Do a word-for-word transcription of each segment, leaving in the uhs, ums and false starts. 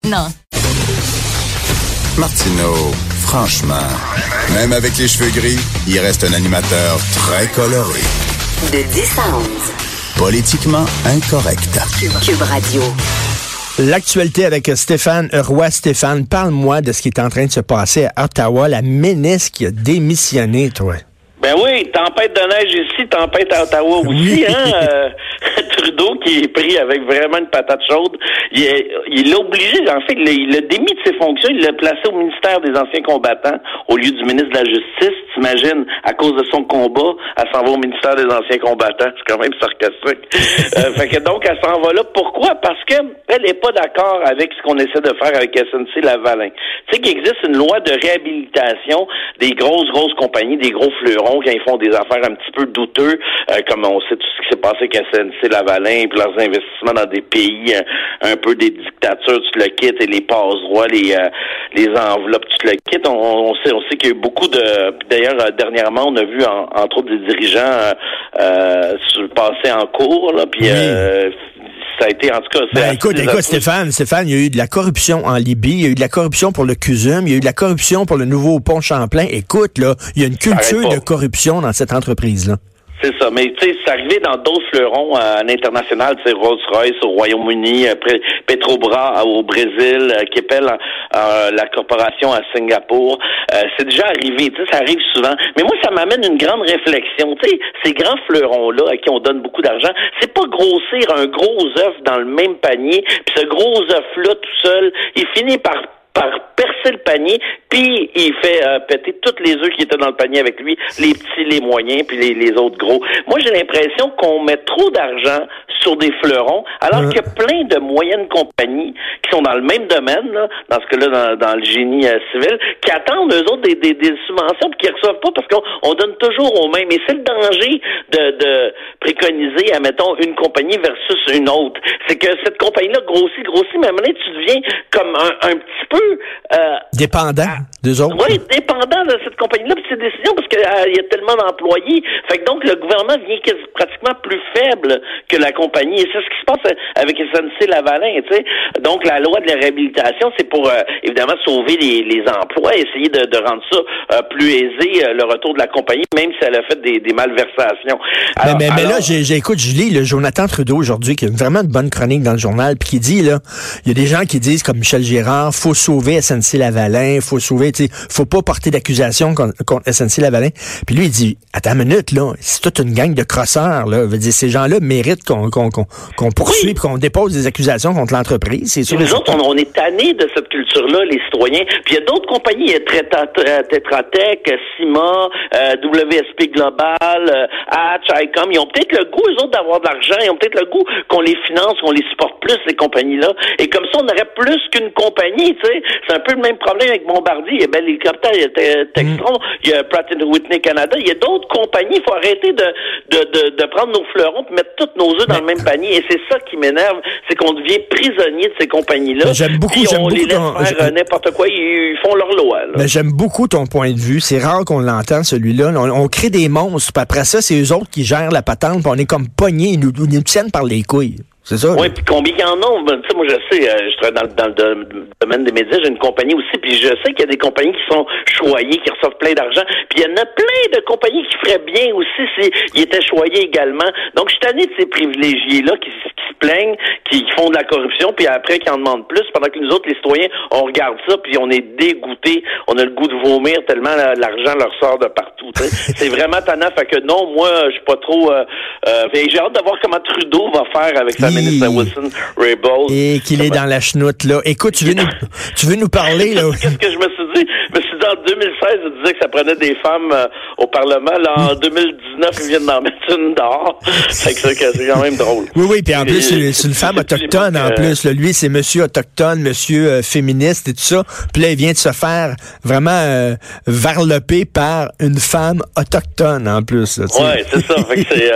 Non. Martineau, franchement, même avec les cheveux gris, il reste un animateur très coloré. De dix à onze. Politiquement incorrect. Cube Radio. L'actualité avec Stéphane Roy. Stéphane, parle-moi de ce qui est en train de se passer à Ottawa, la ministre qui a démissionné, toi. Ben oui, tempête de neige ici, tempête à Ottawa aussi, oui. hein. Euh, Trudeau qui est pris avec vraiment une patate chaude. Il, est, il l'a obligé, en fait, il l'a, il l'a démis de ses fonctions, il l'a placé au ministère des Anciens combattants au lieu du ministre de la Justice. T'imagines, à cause de son combat, elle s'en va au ministère des Anciens combattants. C'est quand même sarcastique. euh, fait que donc, elle s'en va là. Pourquoi? Parce que elle n'est pas d'accord avec ce qu'on essaie de faire avec S N C-Lavalin. Tu sais qu'il existe une loi de réhabilitation des grosses, grosses compagnies, des gros fleurons, quand ils font des affaires un petit peu douteux, euh, comme on sait tout ce qui s'est passé avec S N C-Lavalin, puis leurs investissements dans des pays, un, un peu des dictatures, tu te le quittes, et les passe-droits, les euh, les enveloppes, tu te le quittes. On, on sait on sait qu'il y a eu beaucoup de... D'ailleurs, euh, dernièrement, on a vu, en, entre autres, des dirigeants euh, euh, passer en cours, là, puis... Oui. Euh, ça a été, en tout cas... Ben, écoute, écoute, Stéphane, Stéphane, il y a eu de la corruption en Libye, il y a eu de la corruption pour le C U S U M, il y a eu de la corruption pour le nouveau pont Champlain. Écoute, là, il y a une culture de corruption dans cette entreprise-là. C'est ça, mais tu sais, c'est arrivé dans d'autres fleurons euh, à l'international, tu sais, Rolls-Royce au Royaume-Uni, euh, Petrobras euh, au Brésil, euh, Keppel, euh, la corporation à Singapour. Euh, c'est déjà arrivé, tu sais, ça arrive souvent. Mais moi, ça m'amène une grande réflexion. Tu sais, ces grands fleurons-là à qui on donne beaucoup d'argent, c'est pas grossir un gros œuf dans le même panier, puis ce gros œuf-là tout seul, il finit par par percer le panier, puis il fait euh, péter tous les œufs qui étaient dans le panier avec lui, les petits, les moyens, puis les, les autres gros. Moi, j'ai l'impression qu'on met trop d'argent sur des fleurons, alors euh. qu'il y a plein de moyennes compagnies qui sont dans le même domaine, là, dans ce cas-là, dans, dans le génie euh, civil, qui attendent, eux autres, des, des, des subventions, puis qui ne reçoivent pas, parce qu'on on donne toujours aux mêmes. Et c'est le danger de, de préconiser, admettons, une compagnie versus une autre. C'est que cette compagnie-là grossit, grossit, mais à un moment donné, tu deviens comme un, un petit peu... Euh, dépendant d'eux autres. Oui, dépendant de cette compagnie-là, puis ses décisions, parce qu'il euh, y a tellement d'employés. Fait que donc, le gouvernement devient pratiquement plus faible que la compagnie. Et c'est ce qui se passe avec S N C-Lavalin, tu sais. Donc, la loi de la réhabilitation, c'est pour, euh, évidemment, sauver les, les emplois, essayer de, de rendre ça euh, plus aisé, euh, le retour de la compagnie, même si elle a fait des, des malversations. Alors, mais mais, mais alors, là, j'ai, j'écoute, je lis le Jonathan Trudeau aujourd'hui, qui a vraiment une bonne chronique dans le journal, puis qui dit, là, il y a des gens qui disent, comme Michel Girard, faut sauver S N C-Lavalin, faut sauver, tu sais, faut pas porter d'accusation contre, contre S N C-Lavalin. Puis lui, il dit, attends une minute, là, c'est toute une gang de crosseurs, là. Veut dire, ces gens-là méritent qu'on, qu'on, qu'on, qu'on poursuive, oui. qu'on dépose des accusations contre l'entreprise. C'est sûr. Nous autres, on, on est tannés de cette culture-là, les citoyens. Puis il y a d'autres compagnies, il y a Tetra Tech, Cima, euh, W S P Global, euh, Hatch, ICOM. Ils ont peut-être le goût, eux autres, d'avoir de l'argent. Ils ont peut-être le goût qu'on les finance, qu'on les supporte plus, ces compagnies-là. Et comme ça, on aurait plus qu'une compagnie, tu sais. C'est un peu le même problème avec Bombardier. Il y a ben, l'hélicoptère, il y a Textron, mm. il y a Pratt and Whitney Canada. Il y a d'autres compagnies. Il faut arrêter de, de, de, de prendre nos fleurons et mettre tous nos œufs dans le même panier. Et c'est ça qui m'énerve, c'est qu'on devient prisonnier de ces compagnies-là. Mais j'aime beaucoup, puis j'aime on beaucoup les laisse ton... faire je... n'importe quoi. Ils, ils font leur loi. Là. Mais j'aime beaucoup ton point de vue. C'est rare qu'on l'entende, celui-là. On, on crée des monstres. Puis après ça, c'est eux autres qui gèrent la patente. Puis on est comme pognés. Ils nous, ils nous tiennent par les couilles. C'est ça? Oui, puis combien il y en a? Ben, tu sais, moi, je sais, euh, je travaille dans, dans le domaine des médias, j'ai une compagnie aussi, puis je sais qu'il y a des compagnies qui sont choyées, qui reçoivent plein d'argent, puis il y en a plein de compagnies qui feraient bien aussi s'ils étaient choyés également. Donc, je suis tanné de ces privilégiés-là qui, qui se plaignent, qui, qui font de la corruption, puis après, qui en demandent plus, pendant que nous autres, les citoyens, on regarde ça, puis on est dégoûtés, on a le goût de vomir tellement l'argent leur sort de partout. C'est vraiment tannant, fait que non, moi, je suis pas trop... Euh, euh, j'ai hâte de voir comment Trudeau va faire avec sa ministre Wilson Raybould. Et qu'il est dans la chenoute, là. Écoute, tu veux nous, tu veux nous parler, là? Qu'est-ce que je me suis dit? Je me suis dit, en deux mille seize, je disais que ça prenait des femmes euh, au Parlement. Là, en deux mille dix-neuf, ils viennent d'en mettre une dehors. Fait que c'est quand même drôle. Oui, oui, puis en plus, c'est une femme autochtone, en plus. Là. Lui, c'est monsieur autochtone, monsieur euh, féministe et tout ça. Puis là, il vient de se faire vraiment euh, varloper par une femme autochtone, en plus. Oui, c'est ça. Fait que c'est... Euh,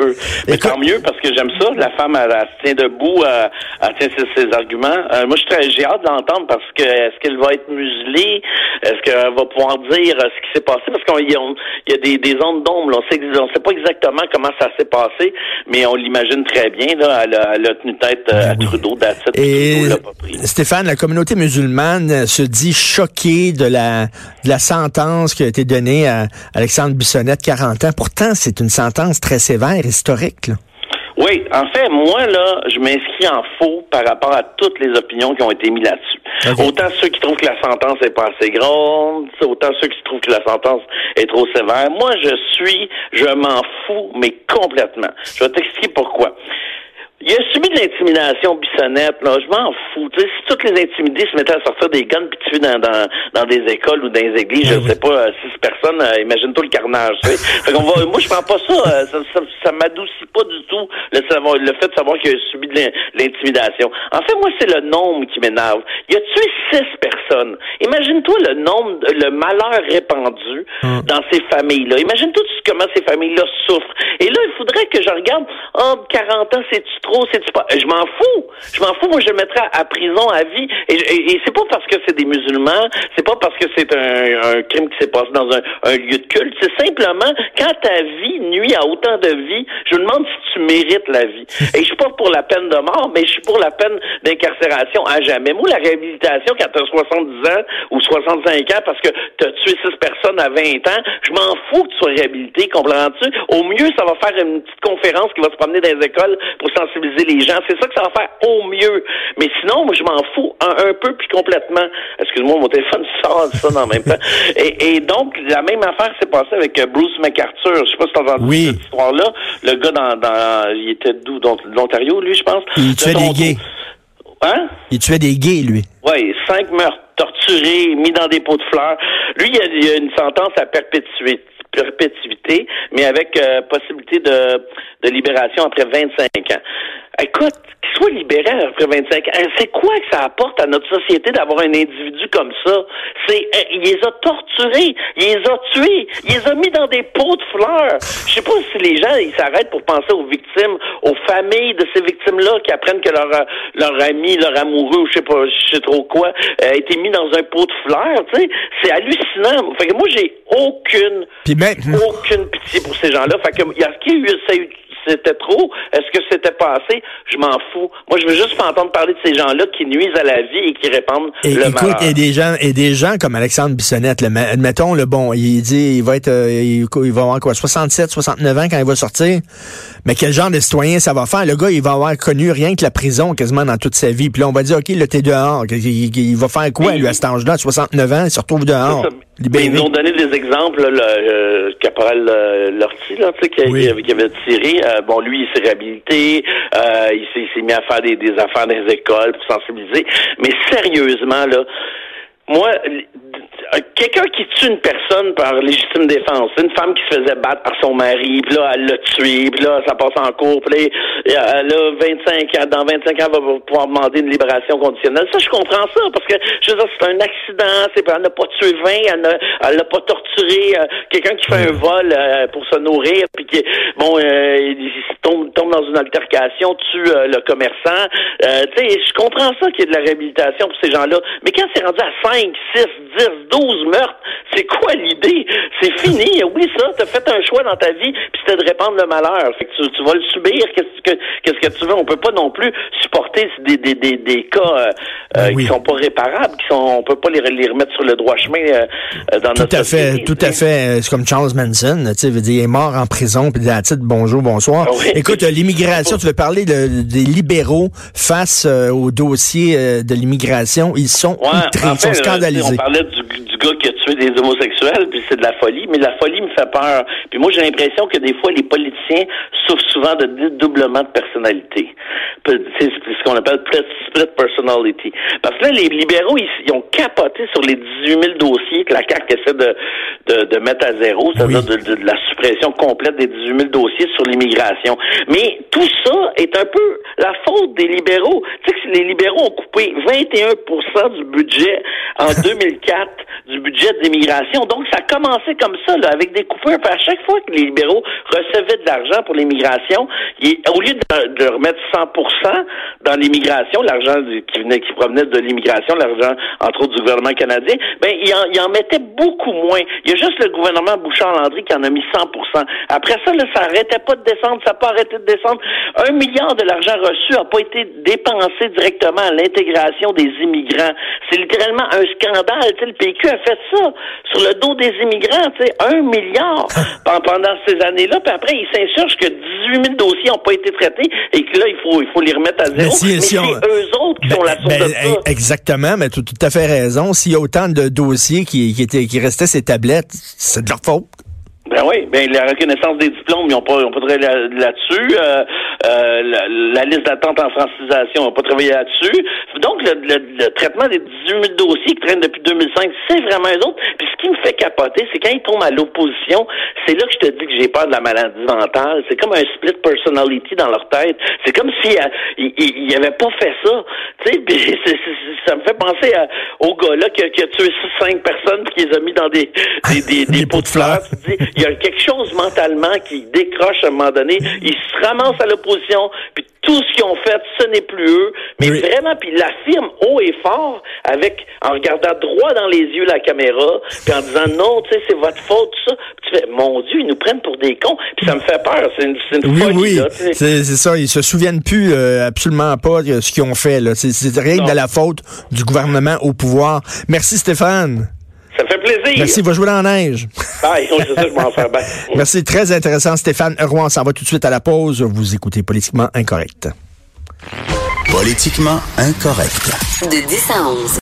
peu. Mais Écoute, tant mieux, parce que j'aime ça. La femme, elle, elle se tient debout, elle, elle tient ses, ses arguments. Euh, moi, je suis très, j'ai hâte d'entendre, parce que est-ce qu'elle va être muselée? Est-ce qu'elle va pouvoir dire euh, ce qui s'est passé? Parce qu'il y a, il y a des, des ondes d'ombre, là. On sait, on sait pas exactement comment ça s'est passé, mais on l'imagine très bien, là. Elle a, elle a tenu tête euh, à oui. Trudeau, d'Assette, Et Trudeau l'a pas pris. Stéphane, la communauté musulmane se dit choquée de la, de la sentence qui a été donnée à Alexandre Bissonnette, quarante ans. Pourtant, c'est une sentence très sévère, historique, là. Oui, en fait, moi, là, je m'inscris en faux par rapport à toutes les opinions qui ont été mises là-dessus. Okay. Autant ceux qui trouvent que la sentence est pas assez grande, autant ceux qui trouvent que la sentence est trop sévère. Moi, je suis, je m'en fous, mais complètement. Je vais t'expliquer pourquoi. Il a subi de l'intimidation, Bissonnette, là, je m'en fous. Tu sais, si toutes les intimidés se mettaient à sortir des guns puis tuer dans, dans, dans des écoles ou dans des églises, je ne sais pas, euh, six personnes, euh, imagine-toi le carnage, tu sais. Fait qu'on va, moi, je prends pas ça, euh, ça, ça, ça m'adoucit pas du tout le, savoir, le fait de savoir qu'il a subi de l'intimidation. En fait, moi, c'est le nombre qui m'énerve. Il a tué six personnes. Imagine-toi le nombre, le malheur répandu hum. dans ces familles-là. Imagine-toi comment ces familles-là souffrent. Et là, il faudrait que je regarde, oh, quarante ans, c'est-tu trop? C'est-tu pas? Je m'en fous. Je m'en fous. Moi, je le mettrais à, à prison à vie. Et, et, et c'est pas parce que c'est des musulmans, c'est pas parce que c'est un, un crime qui s'est passé dans un, un lieu de culte. C'est simplement, quand ta vie nuit à autant de vie, je me demande si tu mérites la vie. Et je suis pas pour la peine de mort, mais je suis pour la peine d'incarcération à jamais. Moi, la réhabilitation, quand t'as soixante-dix ans ou soixante-cinq ans parce que t'as tué six personnes à vingt ans, je m'en fous que tu sois réhabilité, comprends-tu? Au mieux, ça va faire une petite conférence qui va se promener dans les écoles pour sensibiliser les gens. C'est ça que ça va faire au mieux. Mais sinon, moi, je m'en fous un, un peu puis complètement. Excuse-moi, mon téléphone sort de ça dans le même temps. Et, et donc, la même affaire s'est passée avec Bruce McArthur. Je sais pas si t'as entendu oui. cette histoire-là. Le gars dans, dans il était d'où? De l'Ontario, lui, je pense. Il tuait des gays. Hein? Il tuait des gays, lui. Oui, cinq meurtres, torturés, mis dans des pots de fleurs. Lui, il y a, il y a une sentence à perpétuité. perpétuité, mais avec euh, possibilité de, de libération après vingt-cinq ans. Écoute, qu'il soit libéré après vingt-cinq ans, c'est quoi que ça apporte à notre société d'avoir un individu comme ça? C'est, euh, il les a torturés, il les a tués, il les a mis dans des pots de fleurs. Je sais pas si les gens, ils s'arrêtent pour penser aux victimes, aux familles de ces victimes-là qui apprennent que leur, leur ami, leur amoureux, ou je sais pas, je sais trop quoi, a été mis dans un pot de fleurs, tu sais. C'est hallucinant. Fait que moi, j'ai aucune, Puis même... aucune pitié pour ces gens-là. Fait que, est-ce qu'il y a eu, ça, c'était trop? Est-ce que c'était pas assez? Je m'en fous. Moi, je veux juste pas entendre parler de ces gens-là qui nuisent à la vie et qui répandent et, le écoute, malheur. Et des gens, et des gens comme Alexandre Bissonnette, là, admettons, le bon, il dit, il va être, euh, il, il va avoir quoi, soixante-sept, soixante-neuf ans quand il va sortir. Mais quel genre de citoyen ça va faire? Le gars, il va avoir connu rien que la prison quasiment dans toute sa vie. Puis là, on va dire, OK, là, t'es dehors. Il, il, il va faire quoi, oui. lui, à cet âge-là, soixante-neuf ans, il se retrouve dehors. Mais ils nous ont donné des exemples, là, le euh, caporal euh, Lortie, là, tu sais, qui, oui. qui, qui avait tiré. Euh, bon, lui, il s'est réhabilité, euh, il, s'est, il s'est mis à faire des, des affaires dans les écoles pour sensibiliser. Mais sérieusement, là, moi, quelqu'un qui tue une personne par légitime défense, une femme qui se faisait battre par son mari, puis là, elle l'a tué, puis là, ça passe en cours, puis là, elle a vingt-cinq ans, dans vingt-cinq ans, elle va pouvoir demander une libération conditionnelle. Ça, je comprends ça, parce que, je veux dire, c'est un accident, c'est, elle n'a pas tué vingt, elle n'a, elle n'a pas torturé euh, quelqu'un qui fait un vol euh, pour se nourrir, puis qui, bon, euh, il tombe, tombe dans une altercation, tue euh, le commerçant. Euh, tu sais, je comprends ça qu'il y ait de la réhabilitation pour ces gens-là, mais quand c'est rendu à cinq, six, dix, douze meurtres, c'est quoi l'idée? C'est fini, oui, ça, t'as fait un choix dans ta vie, puis c'était de répandre le malheur. Fait que tu, tu vas le subir, qu'est-ce que, qu'est-ce que tu veux? On peut pas non plus supporter des, des, des, des cas euh, euh, oui. qui sont pas réparables, qui sont, on peut pas les, les remettre sur le droit chemin euh, dans tout notre à société. Fait, tout à fait. C'est comme Charles Manson, tu sais, veut dire, il est mort en prison, puis à titre, bonjour, bonsoir. Oui. Écoute, l'immigration, tu veux parler de, des libéraux face euh, au dossier euh, de l'immigration, ils sont ouais, outrés, en fait, ils sont scandalisés. On parlait du, du gars qui a tué des homosexuels, puis c'est de la folie, mais la folie me fait peur. Puis moi, j'ai l'impression que des fois, les politiciens souffrent souvent de dédoublement de personnalité. C'est ce qu'on appelle split personality. Parce que là, les libéraux, ils, ils ont capoté sur les dix-huit mille dossiers que la C A Q essaie de, de, de mettre à zéro, c'est-à-dire oui. de, de, de la suppression complète des dix-huit mille dossiers sur l'immigration. Mais tout ça est un peu la faute des libéraux. Tu sais que les libéraux ont coupé vingt et un pour cent du budget en deux mille quatre du budget d'immigration. Donc, ça a commencé comme ça, là, avec des coupures. Puis à chaque fois que les libéraux recevaient de l'argent pour l'immigration, ils, au lieu de, de remettre cent pour cent dans l'immigration, l'argent qui venait, qui provenait de l'immigration, l'argent, entre autres, du gouvernement canadien, ben, ils en, ils en mettaient beaucoup moins. Il y a juste le gouvernement Bouchard-Landry qui en a mis cent pour cent. Après ça, là, ça arrêtait pas de descendre, ça n'a pas arrêté de descendre. Un milliard de l'argent reçu n'a pas été dépensé directement à l'intégration des immigrants. C'est littéralement un scandale. Tu sais, le P Q a fait ça sur le dos des immigrants, tu sais, un milliard pendant ces années-là. Puis après, ils s'insurgent que dix-huit mille dossiers n'ont pas été traités et que là, il faut, il faut les remettre à zéro. Mais, si, mais si c'est on... eux autres qui ben, sont la source ben, de ça. Exactement, mais tu as tout à fait raison. S'il y a autant de dossiers qui, qui, étaient, qui restaient sur ces tablettes, c'est de leur faute. Ben oui, ben la reconnaissance des diplômes, ils n'ont pas, ils ont pas travaillé là, là-dessus. Euh, euh, la, la liste d'attente en francisation, ils n'ont pas travaillé là-dessus. Donc, le, le, le traitement des dix-huit mille dossiers qui traînent depuis deux mille cinq, c'est vraiment eux autres. Puis ce qui me fait capoter, c'est quand ils tombent à l'opposition, c'est là que je te dis que j'ai peur de la maladie mentale. C'est comme un split personality dans leur tête. C'est comme si euh, ils, ils avaient pas fait ça. Tu sais, puis c'est, c'est, ça me fait penser à, au gars-là qui a, qui a tué cinq personnes puis qui les a mis dans des, des, des, des, des pots de fleurs. Tu dis, il y a quelque chose mentalement qui décroche à un moment donné. Ils se ramassent à l'opposition, puis tout ce qu'ils ont fait, ce n'est plus eux. Mais oui. Vraiment, puis ils l'affirment haut et fort, avec en regardant droit dans les yeux la caméra, puis en disant non, tu sais, c'est votre faute, tout ça. Puis tu fais, mon Dieu, ils nous prennent pour des cons. Puis ça me fait peur. C'est une, c'est une oui, folie, oui. là. C'est, c'est ça. Ils se souviennent plus euh, absolument pas de ce qu'ils ont fait, là. C'est, c'est rien que de la faute du gouvernement au pouvoir. Merci, Stéphane. Ça fait plaisir. Merci, va jouer dans la neige. Bye, c'est ça, je m'en fais bien. Merci, très intéressant, Stéphane Roy. On s'en va tout de suite à la pause. Vous écoutez Politiquement Incorrect. Politiquement Incorrect. De dix à onze.